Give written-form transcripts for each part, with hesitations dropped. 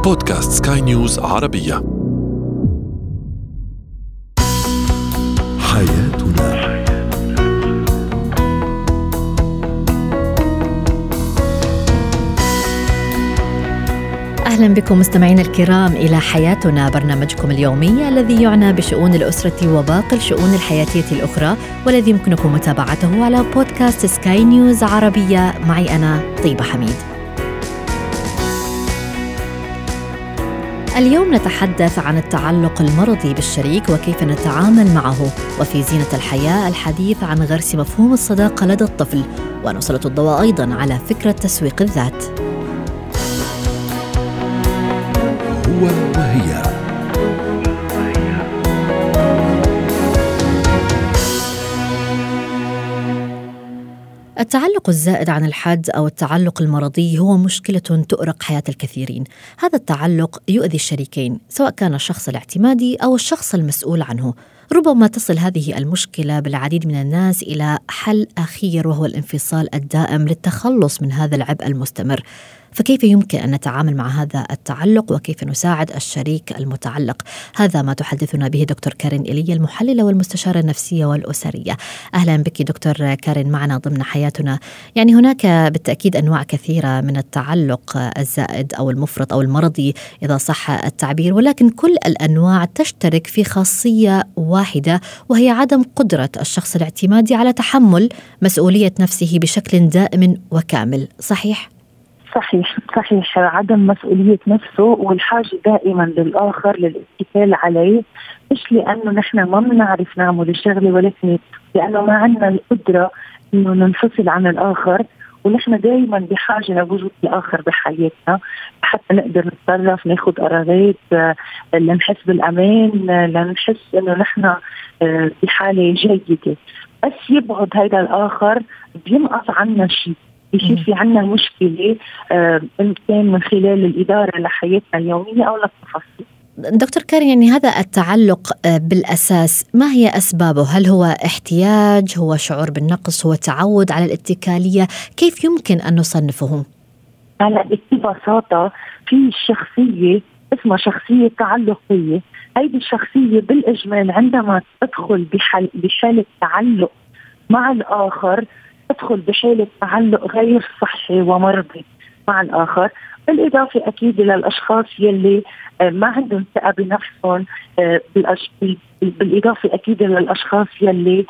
بودكاست سكاي نيوز عربية. حياتنا. أهلا بكم مستمعين الكرام إلى حياتنا، برنامجكم اليومي الذي يعنى بشؤون الأسرة وباقي الشؤون الحياتية الأخرى، والذي يمكنكم متابعته على بودكاست سكاي نيوز عربية. معي أنا طيبة حميد. اليوم نتحدث عن التعلق المرضي بالشريك وكيف نتعامل معه، وفي زينة الحياة الحديث عن غرس مفهوم الصداقة لدى الطفل، ونسلط الضوء أيضا على فكرة تسويق الذات. هو وهي. التعلق الزائد عن الحد أو التعلق المرضي هو مشكلة تؤرق حياة الكثيرين. هذا التعلق يؤذي الشريكين، سواء كان الشخص الاعتمادي أو الشخص المسؤول عنه. ربما تصل هذه المشكلة بالعديد من الناس إلى حل أخير، وهو الانفصال الدائم للتخلص من هذا العبء المستمر. فكيف يمكن أن نتعامل مع هذا التعلق وكيف نساعد الشريك المتعلق؟ هذا ما تحدثنا به دكتور كارين إيليا، المحللة والمستشارة النفسية والأسرية. أهلا بك دكتور كارين معنا ضمن حياتنا. يعني هناك بالتأكيد أنواع كثيرة من التعلق الزائد أو المفرط أو المرضي إذا صح التعبير، ولكن كل الأنواع تشترك في خاصية واحدة، وهي عدم قدرة الشخص الاعتمادي على تحمل مسؤولية نفسه بشكل دائم وكامل. صحيح؟ صحيح. عدم مسؤولية نفسه والحاجة دائما للآخر للاتكال عليه، مش لأنه نحن ما بنعرف نعمل الشغلة، ولكن لأنه ما عندنا القدرة إنه ننفصل عن الآخر، ونحن دائما بحاجة لوجود الآخر بحياتنا حتى نقدر نتصرف، ناخد قرارات، لنحس بالأمان، لنحس إنه نحن بحالة جيدة. بس يبعد هذا الآخر بينقص عنا شيء، يصير في عنا مشكلة إن كان من خلال الإدارة لحياتنا اليومية أو للتفاصيل. دكتور كارين، يعني هذا التعلق بالأساس ما هي أسبابه؟ هل هو احتياج، هو شعور بالنقص، هو تعود على الاتكالية؟ كيف يمكن أن نصنفه؟ هلا ببساطة في شخصية اسمها شخصية تعلقية. هذه الشخصية بالإجمال عندما تدخل بحالة تعلق مع الآخر تدخل بحالة تعلق غير صحي ومرضي مع الآخر، بالإضافة أكيد للأشخاص يلي ما عندهم ثقة بنفسهم، بالإضافة أكيد للأشخاص يلي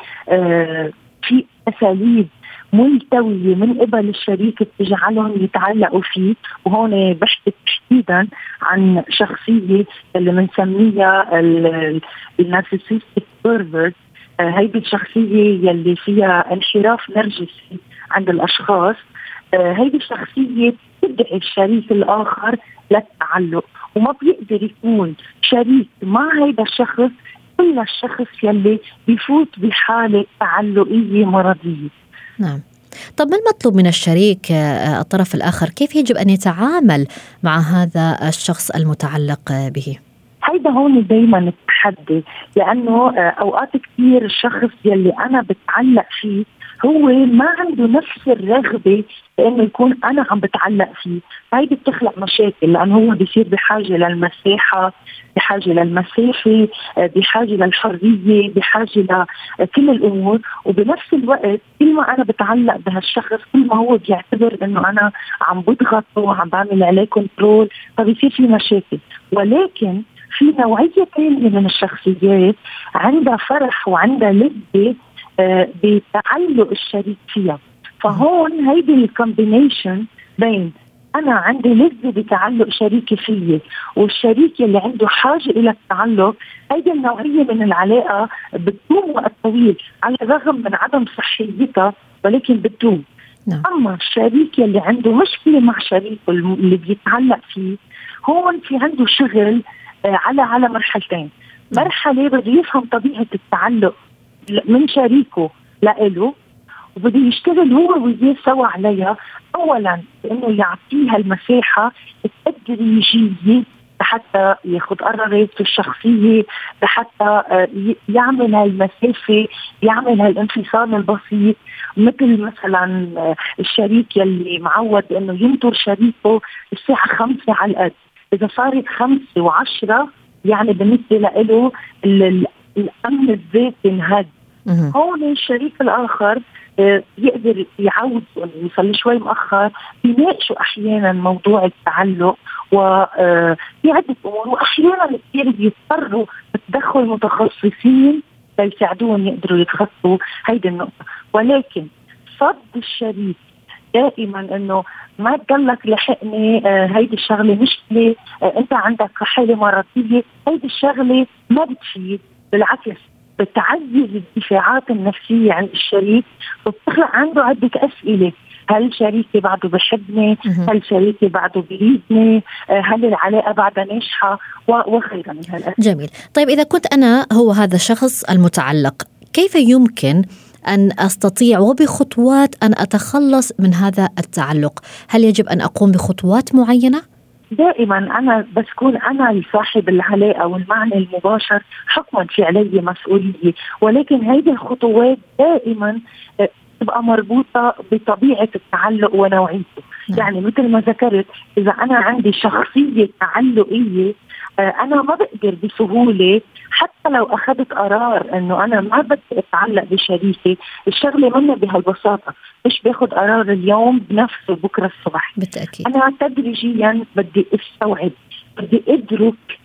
في أساليب ملتوية من قبل الشريك تجعلهم يتعلقوا فيه. وهون بحث تحديدا عن شخصية اللي بنسميها النارسيسيستيك بيرفرت. هيدي الشخصية يلي فيها انحراف نرجسي عند الأشخاص. هيدي الشخصية تدعي الشريك الآخر للتعلق، وما بيقدر يكون شريك مع هيدا الشخص إلا الشخص يلي بيفوت بحالة تعلقية مرضية. نعم. طب ما المطلوب من الشريك الطرف الآخر؟ كيف يجب أن يتعامل مع هذا الشخص المتعلق به؟ هيدا هون دايما التحدي، لأنه أوقات كثير الشخص يلي أنا بتعلق فيه هو ما عنده نفس الرغبة لأنه يكون أنا عم بتعلق فيه. هيدي بتخلق مشاكل، لأنه هو بيصير بحاجة للمساحة، بحاجة للمسافة، بحاجة للحرية، بحاجة لكل الأمور. وبنفس الوقت كل ما أنا بتعلق بهالشخص كل ما هو بيعتبر أنه أنا عم بضغطه، عم بعمل عليه كنترول، فبيصير في مشاكل. ولكن في نوعية ثانية من الشخصيات عندها فرح وعندها لذة بتعلق الشريك فيها. فهون هيدي الكومبينيشن بين أنا عندي لذة بتعلق شريكي فيه والشريك اللي عنده حاجة إلى التعلق، هيدي النوعية من العلاقة بتدوم وقت طويل على الرغم من عدم صحيتها، ولكن بتدوم. أما الشريك اللي عنده مشكلة مع شريكه اللي بيتعلق فيه، هون في عنده شغل على مرحلتين. مرحلة بده يفهم طبيعة التعلق من شريكه لإله، وبده يشتغل هو وياه سوا عليها. أولا إنه يعطيها المساحة التدريجية حتى ياخد قرارات في الشخصية، حتى يعمل هالمسافة، يعمل هالانفصال البسيط. مثل مثلا الشريك يلي معود إنه ينطر شريكه الساعة 5 على القد، إذا صارت 5 و10 يعني بالنسبة له الأمن الذاتي انهد. هون الشريك الآخر يقدر يعود يصلي شوي مؤخر، بيناقشوا أحيانا موضوع التعلق وفي عدة أمور، وأحيانا كثير بيضطروا بتدخل متخصصين ليساعدوهم يقدروا يتخطوا هيدي النقطة. ولكن صد الشريك دائما انه ما تقلك لحقني هيدي الشغله مشكله، انت عندك حاله مرضيه، هيدي الشغله ما بتفيد، بالعكس بتعزز الدفاعات النفسيه عند الشريك وبتخلق عنده عده اسئله. هل شريكي بعده بحبني؟ هل شريكي بعده بريدني؟ هل العلاقه بعدها ناجحه؟ وغيرها من هالأسئلة. جميل. طيب إذا كنت أنا هو هذا الشخص المتعلق، كيف يمكن أن أستطيع وبخطوات أن أتخلص من هذا التعلق؟ هل يجب أن أقوم بخطوات معينة؟ دائما أنا بس كون أنا صاحب العلاقة والمعنى المباشر حكما في علي مسؤولية، ولكن هذه الخطوات دائما تبقى مربوطة بطبيعة التعلق ونوعيته. يعني مثل ما ذكرت، إذا أنا عندي شخصية تعلقية أنا ما بقدر بسهولة حتى لو أخذت قرار أنه أنا ما بدي أتعلق بشريكي، الشغلة منها بهالبساطة، مش باخد قرار اليوم بنفسه بكرة الصبح. بالتأكيد. أنا تدريجيا بدي أستوعب، بدي أدرك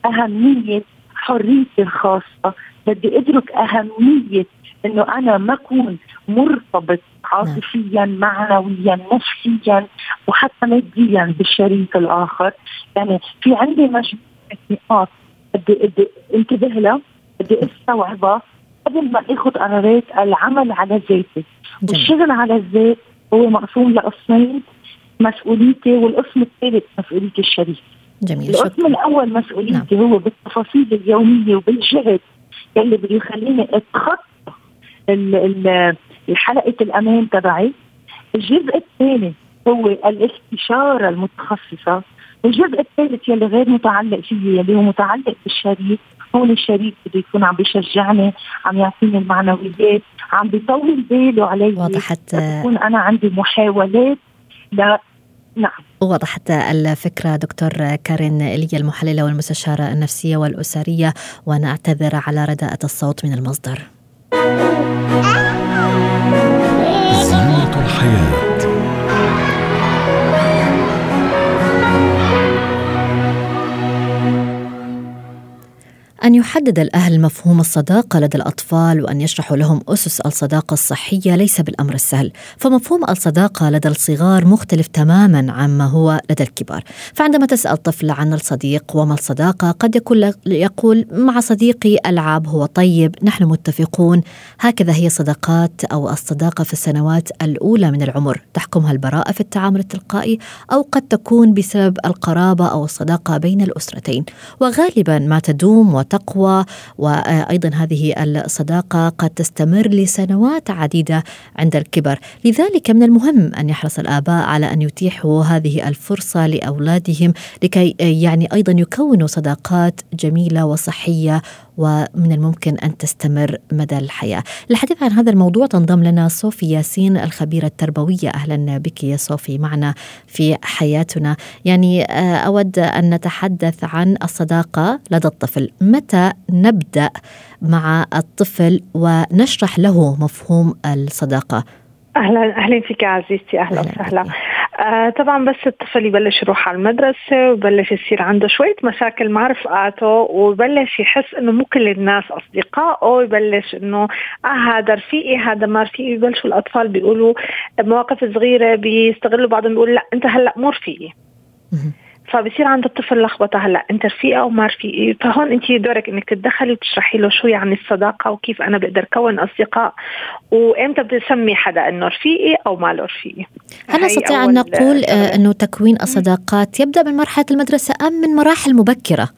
أهمية حريتي الخاصة، بدي أدرك أهمية أنه أنا ما أكون مرتبط عاطفيا معنويا نفسيا وحتى ماديا بالشريك الآخر. يعني في عندي مجموعة نقاط بدي انتبه لها، بدي استوعبها قبل ما اخذ قرارات. العمل على ذاتي والشغل على الذات هو مقسوم لقسمين، مسؤوليتي والقسم الثالث مسؤولية الشريك. جميل. القسم الأول مسؤوليتي هو بالتفاصيل اليومية وبالجهد اللي بده يخليني اتخطى الحلقة الأمان تبعي. الجزء الثاني هو الاستشارة المتخصصة. الجزء الثالث يلي غير متعلق فيه يلي هو متعلق بالشريك، هون الشريك بده يكون عم بيشجعني، عم يعطيني المعنويات، عم بيطول باله علي. وضحت. بكون أنا عندي محاولات. لا نعم. وضحت الفكرة دكتور كارين إليا، المحللة والمستشارة النفسية والأسرية، وأنا أعتذر على رداءة الصوت من المصدر. زينة الحياة. أن يحدد الأهل مفهوم الصداقة لدى الأطفال وأن يشرحوا لهم أسس الصداقة الصحية ليس بالأمر السهل، فمفهوم الصداقة لدى الصغار مختلف تماما عما هو لدى الكبار. فعندما تسأل طفل عن الصديق وما الصداقة قد يقول مع صديقي ألعب، هو طيب، نحن متفقون. هكذا هي الصداقات أو الصداقة في السنوات الأولى من العمر، تحكمها البراءة في التعامل التلقائي أو قد تكون بسبب القرابة أو الصداقة بين الأسرتين، وغالبا ما تدوم تقوى. وأيضا هذه الصداقة قد تستمر لسنوات عديدة عند الكبر. لذلك من المهم أن يحرص الآباء على أن يتيحوا هذه الفرصة لأولادهم لكي يعني أيضا يكونوا صداقات جميلة وصحية ومن الممكن أن تستمر مدى الحياة. للحديث عن هذا الموضوع تنضم لنا صوفي ياسين الخبيرة التربوية. أهلا بك يا صوفي معنا في حياتنا. يعني أود أن نتحدث عن الصداقة لدى الطفل. متى نبدأ مع الطفل ونشرح له مفهوم الصداقة؟ أهلا فيك عزيزتي. أهلا وسهلا. طبعا بس الطفل يبلش يروح على المدرسة ويبلش يصير عنده شوية مشاكل مع رفقاته ويبلش يحس إنه مو كل الناس أصدقاء، أو يبلش إنه هذا رفيقي هذا ما رفيقي. يبلشوا الأطفال بيقولوا مواقف صغيرة بيستغلوا بعضهم، بيقول لا أنت هلأ مو رفيقي، فبصير عند الطفل لخبطة، هلا انت رفيقة او ما رفيقي. فهون انت دورك انك تتدخلي وتشرحي له شو يعني الصداقة وكيف انا بقدر كون اصدقاء، وامتى بسمي حدا انه رفيقي او ما له رفيقي. هل نستطيع ان نقول انه تكوين الصداقات يبدأ من مرحلة المدرسة ام من مراحل مبكرة؟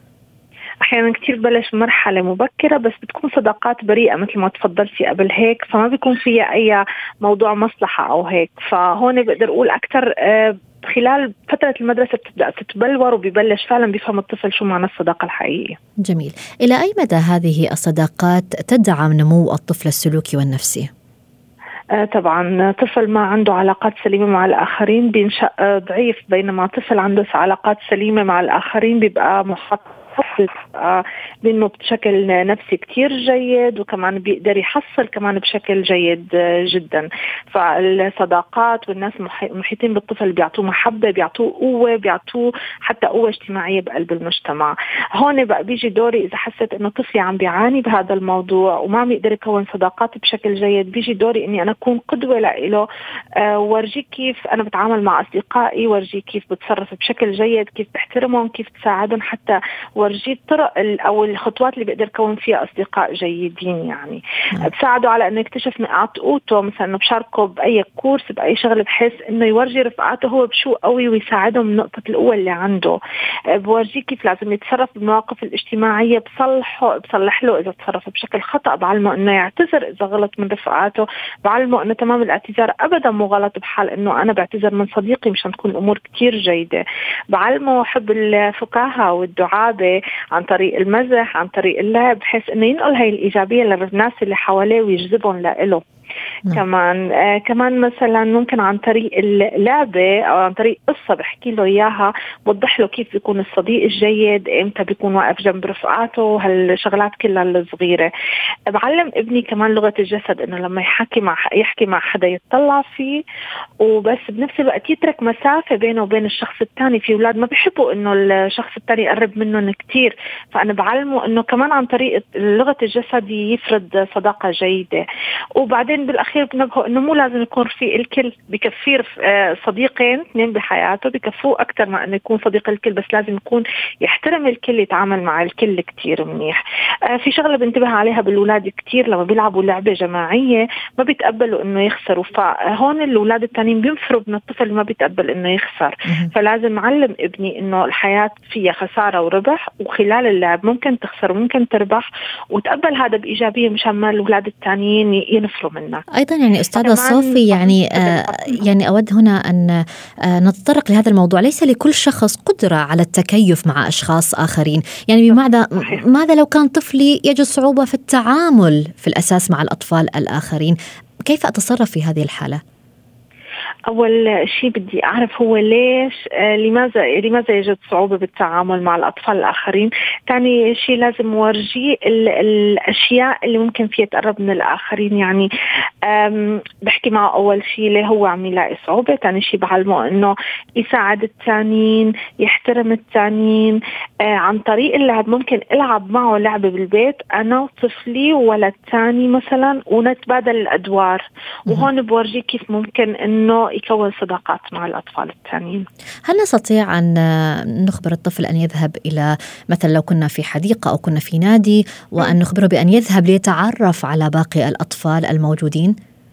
أحيانا كتير بلش مرحلة مبكرة، بس بتكون صداقات بريئة مثل ما تفضلتي قبل هيك، فما بيكون فيها أي موضوع مصلحة أو هيك. فهون بقدر أقول أكتر خلال فترة المدرسة بتبدأ تتبلور وبيبلش فعلا بيفهم الطفل شو معنى الصداقة الحقيقية. جميل. إلى أي مدى هذه الصداقات تدعم نمو الطفل السلوكي والنفسي؟ طبعا طفل ما عنده علاقات سليمة مع الآخرين بينشأ ضعيف، بينما طفل عنده علاقات سليمة مع الآخرين بيبقى محط بأنه بشكل نفسي كتير جيد، وكمان بيقدر يحصل كمان بشكل جيد جدا. فالصداقات والناس المحيطين بالطفل بيعطوه محبة، بيعطوه قوة، بيعطوه حتى قوة اجتماعية بقلب المجتمع. هون بقى بيجي دوري إذا حسيت إنه طفلي عم بيعاني بهذا الموضوع وما عم يقدر يكون صداقات بشكل جيد، بيجي دوري إني أنا أكون قدوة له، ورجيه كيف أنا بتعامل مع أصدقائي، ورجيه كيف بتصرف بشكل جيد، كيف بحترمهم، كيف تساعدهم، حتى ورجيه الطرق أو الخطوات اللي بيقدر يكون فيها أصدقاء جيدين. يعني بساعده على إنه يكتشف نقاط قوته، مثلا إنه بشاركه بأي كورس بأي شغل بحيث إنه يورجي رفقاته هو بشو قوي ويساعدهم من نقطة القوة اللي عنده. بورجيه كيف لازم يتصرف بالمواقف الاجتماعية، بصلح له إذا تصرف بشكل خطأ، بعلمه إنه يعتذر إذا غلط من رفقاته، بعلمه إنه تمام الاعتذار أبدا مو غلط بحال إنه أنا بعتذر من صديقي مشان تكون الأمور كتير جيدة. بعلمه حب الفكاهة والدعابة عن طريق المزح، عن طريق اللعب، بحيث إنه ينقل هاي الإيجابية للناس اللي حواليه ويجذبهم لإله. كمان مثلا ممكن عن طريق اللعبة أو عن طريق قصة بحكي له إياها، بوضح له كيف بيكون الصديق الجيد، إمتى بيكون واقف جنب رفقاته، هالشغلات كلها الصغيرة. بعلم ابني كمان لغة الجسد، إنه لما يحكي مع حدا يتطلع فيه، وبس بنفس الوقت يترك مسافة بينه وبين الشخص الثاني. في أولاد ما بيحبوا إنه الشخص الثاني يقرب منهم كتير، فأنا بعلمه إنه كمان عن طريق لغة الجسد يفرض صداقة جيدة. وبعدين بالأخير بنبهه إنه مو لازم يكون في الكل، بكفير صديقين اثنين بحياته بكفوه أكتر ما إنه يكون صديق الكل، بس لازم يكون يحترم الكل، يتعامل مع الكل كتير منيح. في شغلة بنتبه عليها بالأولاد كتير، لما بيلعبوا لعبة جماعية ما بيتقبلوا إنه يخسروا، فهون الأولاد التانيين بينفروا من الطفل ما بيتقبل إنه يخسر. فلازم أعلم ابني إنه الحياة فيها خسارة وربح، وخلال اللعب ممكن تخسر وممكن تربح، وتقبل هذا بإيجابية مشان ما الأولاد التانيين ينفروا منك. أيضا يعني أستاذة صوفي، يعني أود هنا أن نتطرق لهذا الموضوع. ليس لكل شخص قدرة على التكيف مع أشخاص آخرين، يعني بمعنى ماذا لو كان طفلي يجد صعوبة في التعامل في الأساس مع الأطفال الآخرين؟ كيف أتصرف في هذه الحالة؟ أول شيء بدي أعرف هو ليش، لماذا يجد صعوبة بالتعامل مع الأطفال الآخرين. ثاني شيء لازم ورجيه الأشياء اللي ممكن فيها تقرب من الآخرين. يعني بحكي معه أول شيء ليه هو عم يلاقي صعوبة. ثاني شيء بعلمه إنه يساعد التانيين، يحترم التانيين عن طريق اللعب. ممكن ألعب معه لعبة بالبيت أنا وطفلي وولد تاني مثلا، ونتبادل الأدوار، وهون بورجيه كيف ممكن إنه يكون صداقات مع الأطفال التانيين. هل نستطيع أن نخبر الطفل أن يذهب إلى، مثلا لو كنا في حديقة أو كنا في نادي، وأن نخبره بأن يذهب ليتعرف على باقي الأطفال الموجودين؟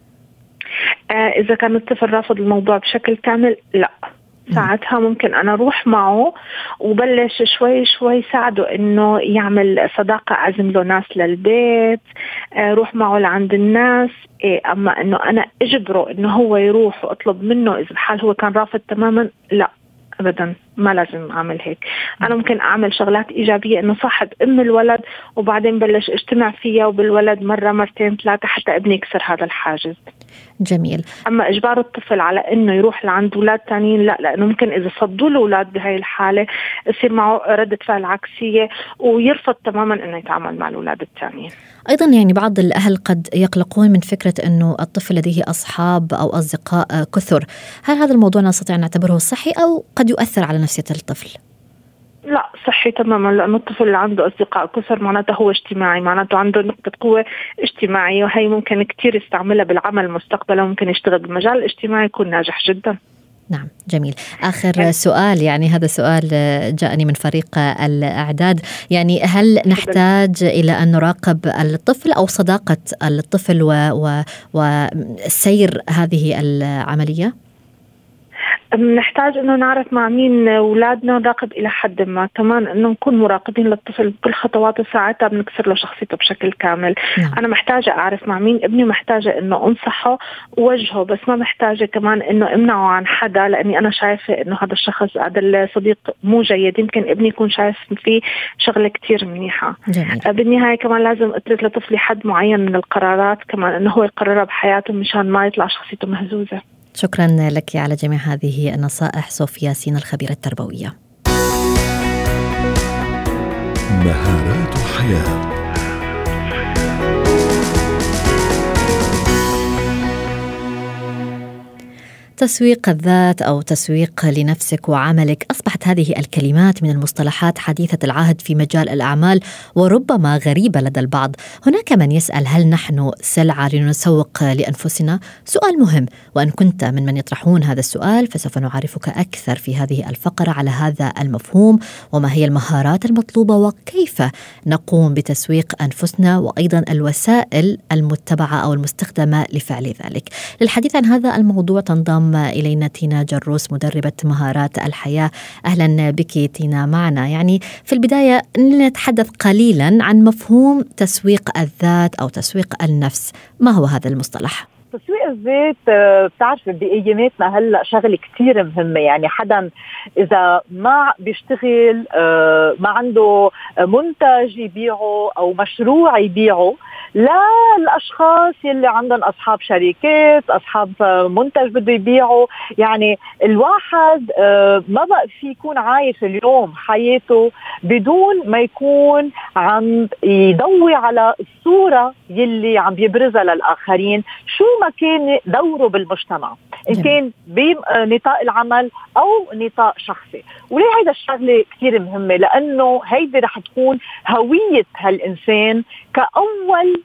إذا كان الطفل رافض الموضوع بشكل كامل، لا، ساعتها ممكن أنا أروح معه وبلش شوي شوي ساعده إنه يعمل صداقة، أعزم له ناس للبيت، روح معه لعند الناس. أما إنه أنا أجبره إنه هو يروح وأطلب منه إذا بحال هو كان رافض تماما، لا أبدا، ما لازم أعمل هيك. أنا ممكن أعمل شغلات إيجابية، إنه صاحب الولد وبعدين بلش اجتمع فيها وبالولد مرة مرتين ثلاثة حتى ابني يكسر هذا الحاجز. جميل. أما إجبار الطفل على إنه يروح لعند أولاد تانيين، لا، لأنه ممكن إذا صدوا الأولاد بهاي الحالة يصير معه ردة فعل عكسية ويرفض تماما إنه يتعامل مع الأولاد التانيين. أيضا يعني بعض الأهل قد يقلقون من فكرة أنه الطفل لديه أصحاب أو أصدقاء كثر. هل هذا الموضوع نستطيع أن نعتبره صحي أو قد يؤثر على نفسية الطفل؟ لا، صحي تماما، لأنه الطفل اللي عنده أصدقاء كثر معناته هو اجتماعي، معناته عنده نقطة قوة اجتماعية، وهي ممكن كتير يستعملها بالعمل مستقبلا، ممكن يشتغل بالمجال الاجتماعي يكون ناجح جدا. نعم، جميل. آخر سؤال، يعني هذا سؤال جاءني من فريق الإعداد، يعني هل نحتاج إلى أن نراقب الطفل أو صداقة الطفل وسير هذه العملية؟ نحتاج إنه نعرف مع مين أولادنا، نراقب إلى حد ما كمان إنه نكون مراقبين للطفل بكل خطواته، ساعتها بنكسر له شخصيته بشكل كامل. أنا محتاجة أعرف مع مين ابني، محتاجة إنه أنصحه ووجهه، بس ما محتاجة كمان إنه أمنعه عن حدا لأني أنا شايفة إنه هذا الشخص هذا الصديق مو جيد. يمكن ابني يكون شايف فيه شغلة كتير منيحة. بالنهاية كمان لازم أترك لطفلي حد معين من القرارات كمان إنه هو يقررها بحياته مشان ما يطلع شخصيته مهزوزة. شكرا لك على جميع هذه النصائح صوفيا سين، الخبيرة التربوية. مهارات حياة. تسويق الذات أو تسويق لنفسك وعملك، أصبحت هذه الكلمات من المصطلحات حديثة العهد في مجال الأعمال وربما غريبة لدى البعض. هناك من يسأل هل نحن سلعة لنسوق لأنفسنا؟ سؤال مهم، وإن كنت من يطرحون هذا السؤال فسوف نعرفك أكثر في هذه الفقرة على هذا المفهوم، وما هي المهارات المطلوبة وكيف نقوم بتسويق أنفسنا، وأيضا الوسائل المتبعة أو المستخدمة لفعل ذلك. للحديث عن هذا الموضوع تنضم إلينا تينا جروس، مدربة مهارات الحياة. أهلا بك تينا معنا. يعني في البداية نتحدث قليلا عن مفهوم تسويق الذات أو تسويق النفس. ما هو هذا المصطلح؟ تسويق الذات بتعرف بأياماتنا هلأ شغلة كتير مهمة. يعني حدا إذا ما بيشتغل ما عنده منتج يبيعه أو مشروع يبيعه، لا الأشخاص يلي عندهم أصحاب شركات، أصحاب منتج بده يبيعه. يعني الواحد ما بقى في يكون عايش اليوم حياته بدون ما يكون عم يضوي على الصورة يلي عم بيبرزها للآخرين، شو ما كان دوره بالمجتمع، إن كان بنطاق العمل أو نطاق شخصي. وليه هيدا الشغلة كتير مهمة؟ لأنه هيدي رح تكون هوية هالإنسان كأول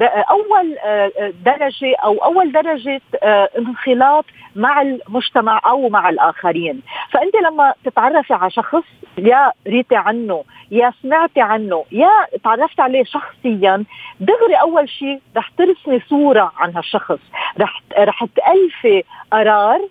درجة أو أول درجة انخلاط مع المجتمع أو مع الآخرين. فأنت لما تتعرفي على شخص، يا ريتي عنه يا سمعتي عنه يا تعرفت عليه شخصيا، دغري أول شيء رح ترسمي صورة عن هالشخص، رح تألفي قرار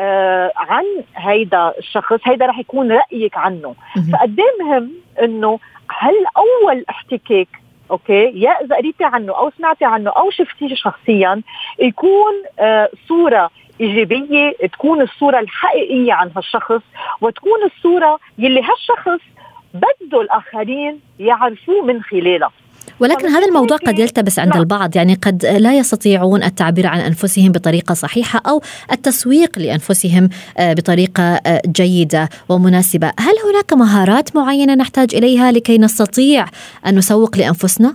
عن هيدا الشخص، هيدا رح يكون رأيك عنه. فقديه مهم إنه هل أول احتكاك يا إذا قريتي عنه أو سمعتي عنه أو شفتيه شخصيا يكون صورة إيجابية، تكون الصورة الحقيقية عن هالشخص، وتكون الصورة يلي هالشخص بده الآخرين يعرفوه من خلالها. ولكن هذا الموضوع قد يلتبس عند البعض، يعني قد لا يستطيعون التعبير عن أنفسهم بطريقة صحيحة أو التسويق لأنفسهم بطريقة جيدة ومناسبة. هل هناك مهارات معينة نحتاج إليها لكي نستطيع أن نسوق لأنفسنا؟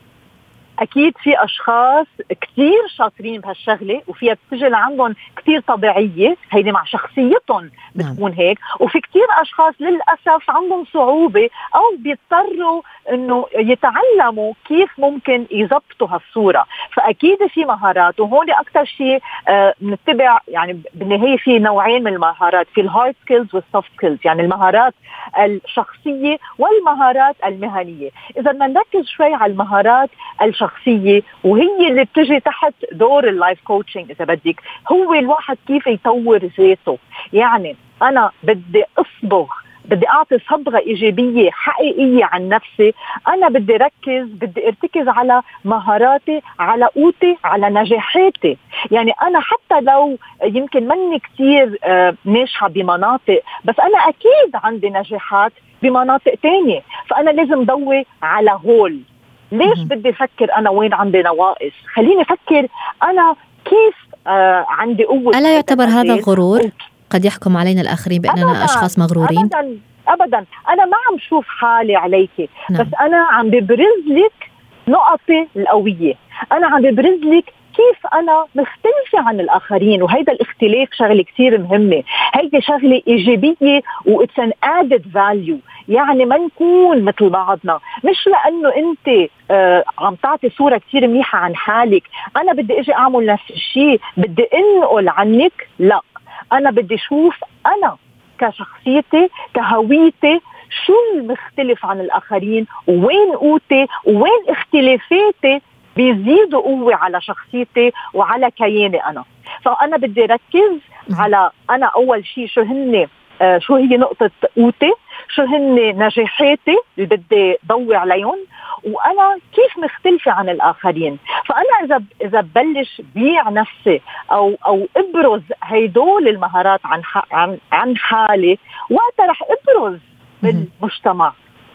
أكيد في أشخاص كتير شاطرين بهالشغلة وفيها بتجي لعندهم كتير طبيعية، هيدي مع شخصيتهم بتكون هيك. وفي كتير أشخاص للأسف عندهم صعوبة أو بيضطروا إنه يتعلموا كيف ممكن يضبطوا هالصورة. فأكيد في مهارات، وهون أكتر شيء نتبع يعني بالنهاية في نوعين من المهارات، في الهارد سكيلز والسوفت سكيلز، يعني المهارات الشخصية والمهارات المهنية. إذا بدنا نركز شوي على المهارات الشخصية، وهي اللي بتجي تحت دور اللايف كوتشنج إذا بدك، هو الواحد كيف يطور ذاته. يعني أنا بدي أصبغ، بدي أعطي صبغة إيجابية حقيقية عن نفسي. أنا بدي أرتكز على مهاراتي، على قوتي، على نجاحاتي. يعني أنا حتى لو يمكن مني كتير ناجحة بمناطق، بس أنا أكيد عندي نجاحات بمناطق تانية، فأنا لازم ضوي على هول. ليش بدي أفكر أنا وين عندي نواقص؟ خليني أفكر أنا كيف عندي قوة. ألا يعتبر هذا غرور؟ قد يحكم علينا الآخرين بأننا أشخاص مغرورين. أبدا أنا ما عم شوف حالي عليك، بس أنا عم ببرز لك نقطي القوية، أنا عم ببرز لك كيف أنا مختلفة عن الآخرين. وهيدا الاختلاف شغلة كتير مهمة، هيدا شغلة إيجابية وإتس an added value. يعني ما نكون مثل بعضنا، مش لأنه أنت عم تعطي صورة كتير منيحة عن حالك أنا بدي أجي أعمل نفس الشيء، بدي أنقل عنك. لا، أنا بدي أشوف أنا كشخصيتي كهويتي شو المختلف عن الآخرين، وين قوتي وين اختلافاتي بيزيدوا قوة على شخصيتي وعلى كياني أنا. فأنا بدي ركز على أنا أول شيء شو هي نقطة قوتي، شو هن نجاحاتي اللي بدي ضوي عليهم، وأنا كيف مختلفة عن الآخرين. فأنا إذا ببلش بيع نفسي أو إبرز هيدول المهارات عن حالي، وقتها رح إبرز بالمجتمع.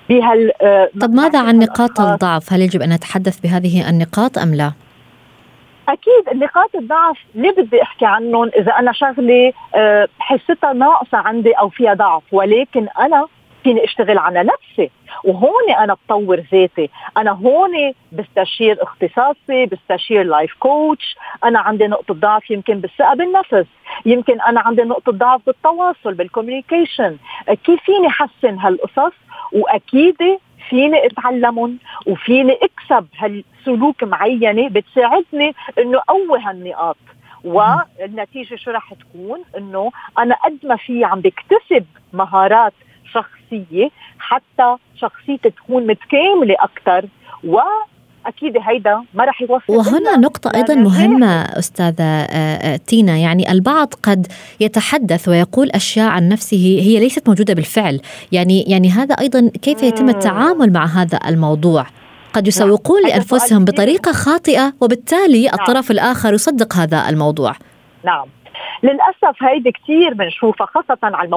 طب ماذا عن نقاط الضعف؟ هل يجب أن نتحدث بهذه النقاط أم لا؟ أكيد نقاط الضعف ليه بدي أحكي عنهم إذا أنا شغلي حسيتها ناقصة عندي أو فيها ضعف، ولكن أنا فيني اشتغل على نفسي، وهون أنا بطور ذاتي. أنا هون بستشير اختصاصي، بستشير لايف كوتش. أنا عندي نقطة ضعف يمكن بالثقة بالنفس، يمكن أنا عندي نقطة ضعف بالتواصل بالكوميونيكيشن. كيف فيني حسن هالقصص؟ وأكيد فيني اتعلمهم وفيني اكسب هالسلوك معينة بتساعدني انه قوي هالنقاط. والنتيجة شو رح تكون؟ انه انا قد ما في عم بكتسب مهارات شخصية حتى شخصيتي تكون متكاملة اكتر، أكيد هيدا ما رح يوصل. وهنا نقطة أيضا مهمة أستاذة تينا، يعني البعض قد يتحدث ويقول أشياء عن نفسه هي ليست موجودة بالفعل. يعني هذا أيضا كيف يتم التعامل مع هذا الموضوع؟ قد يسوقون لأنفسهم بطريقة خاطئة، وبالتالي الطرف الآخر يصدق هذا الموضوع. نعم، للأسف هيدي كتير بنشوفها خاصة على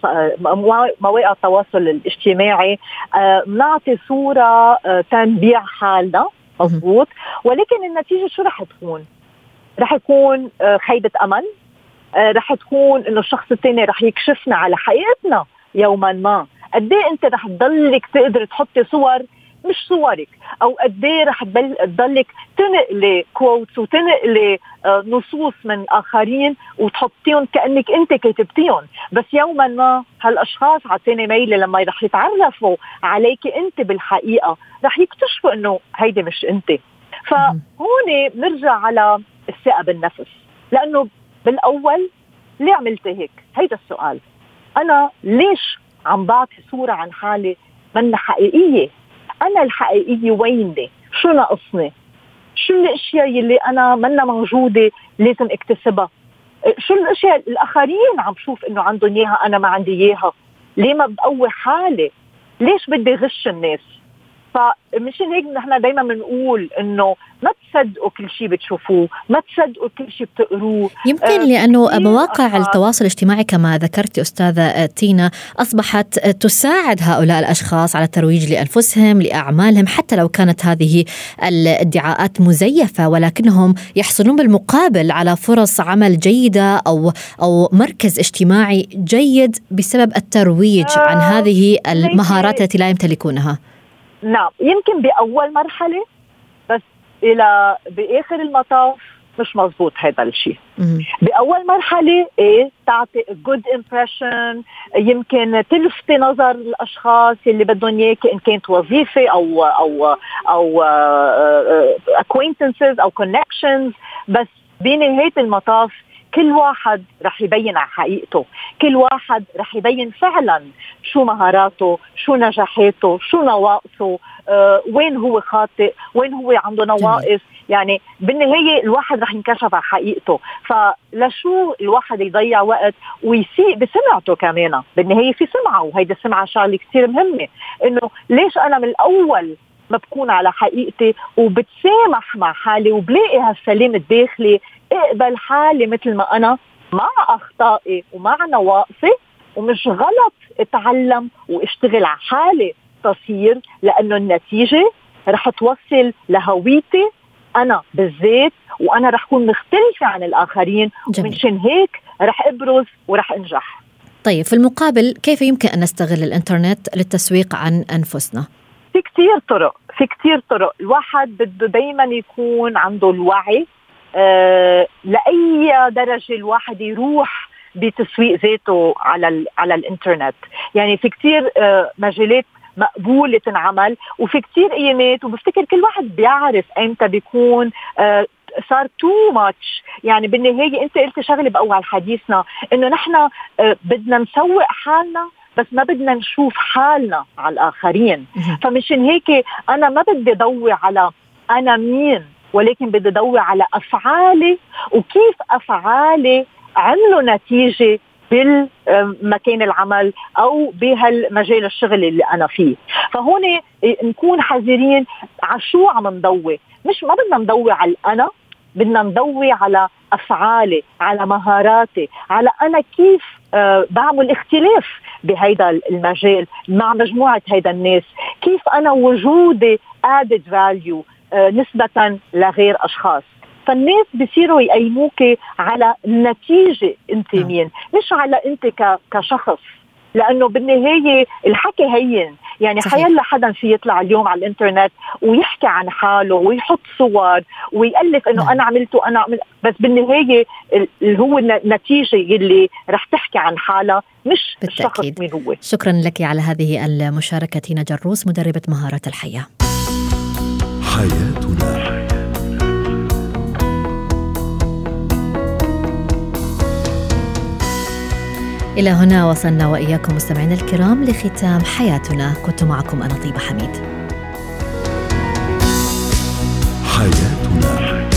مواقع التواصل الاجتماعي. نعطي صورة تنبيع حالنا مضبوط، ولكن النتيجة شو رح تكون؟ رح يكون خيبة أمل، رح تكون إنه الشخص الثاني رح يكشفنا على حقيقتنا يوما ما. قديه أنت رح تضلك تقدر تحطي صور مش صورك، أو قديه رح تضلك تنقلي كوتس وتنقلي نصوص من آخرين وتحطيهم كأنك أنت كتبتيهم. بس يوما ما هالأشخاص عطيني ميلة لما رح يتعرفوا عليك أنت بالحقيقة رح يكتشفوا أنه هيدي مش أنت. فهون نرجع على الثقة بالنفس، لأنه بالأول ليه عملت هيك؟ هيدا السؤال. أنا ليش عم بعطي صورة عن حالي من حقيقية؟ أنا الحقيقية ويني؟ شو ناقصني؟ شو الأشياء اللي أنا منا موجودة لازم اكتسبها؟ شو الأشياء الآخرين عم شوف إنه عندهم إياها أنا ما عندي إياها؟ ليه ما بقوي حالي؟ ليش بدي غش الناس؟ فمشان هيك نحن دايما بنقول إنه ما تصدقوا كل شيء بتشوفوه، ما تصدقوا كل شيء بتقروه. يمكن لأنه مواقع التواصل الاجتماعي كما ذكرت أستاذة تينا أصبحت تساعد هؤلاء الأشخاص على الترويج لأنفسهم لأعمالهم، حتى لو كانت هذه الادعاءات مزيفة، ولكنهم يحصلون بالمقابل على فرص عمل جيدة أو مركز اجتماعي جيد بسبب الترويج عن هذه المهارات التي لا يمتلكونها. نعم، يمكن بأول مرحلة، بس بآخر المطاف مش مزبوط هذا الشيء. بأول مرحلة تعطي good impression، يمكن تلفت نظر الأشخاص اللي بدهم إياك، إن كانت وظيفة أو acquaintances أو connections. بس بنهاية المطاف كل واحد رح يبين على حقيقته، كل واحد رح يبين فعلا شو مهاراته، شو نجاحاته، شو نواقصه، وين هو خاطئ، وين هو عنده نواقص. يعني بالنهاية الواحد رح ينكشف على حقيقته. فلشو الواحد يضيع وقت ويسيء بسمعته كمان؟ بالنهاية في سمعة، وهيدا السمعة شغلة كتير مهمة. إنه ليش أنا من الأول ما بكون على حقيقتي وبتسامح مع حالي وبلاقي هالسلام الداخلي، اقبل حالي مثل ما أنا مع أخطائي ومع نواقصي، ومش غلط اتعلم واشتغل على حالي تصير، لأنه النتيجة رح توصل لهويتي أنا بالذات، وأنا رح أكون مختلفة عن الآخرين. ومنشان هيك رح أبرز ورح أنجح. طيب في المقابل كيف يمكن أن نستغل الإنترنت للتسويق عن أنفسنا؟ في كتير طرق. الواحد بده دايما يكون عنده الوعي لأي درجة الواحد يروح بتسويق ذاته على الإنترنت. يعني في كتير مجالات مقبولة تنعمل، وفي كتير قيمات، وبفتكر كل واحد بيعرف أمتى بيكون صار too much. يعني بالنهاية أنت قلت شغلة بأول حديثنا، إنه نحن بدنا نسوق حالنا بس ما بدنا نشوف حالنا على الآخرين. فمشان هيك أنا ما بدي ضوي على أنا مين، ولكن بدي ضوي على أفعالي وكيف أفعالي عملوا نتيجة بالمكان العمل أو بهالمجال الشغل اللي أنا فيه. فهون نكون حذرين على شو عم نضوي، مش ما بدنا نضوي على الأنا، بدنا نضوي على أفعالي، على مهاراتي، على أنا كيف بعمل اختلاف بهيدا المجال مع مجموعة هيدا الناس، كيف أنا وجودي added value نسبة لغير أشخاص. فالناس بيصيروا يقيموك على النتيجة انت مين، مش على انت كشخص، لأنه بالنهاية الحكي هين. يعني حيلا حدا في يطلع اليوم على الانترنت ويحكي عن حاله ويحط صور ويألف انه انا عملت وانا عملت، بس بالنهاية هو النتيجة اللي رح تحكي عن حالها مش الشخص مين هو. شكرا لك على هذه المشاركة تينا جروس، مدربة مهارات الحياة. حياتنا. إلى هنا وصلنا وإياكم مستمعينا الكرام لختام حياتنا. كنت معكم أنا طيبة حميد. حياتنا.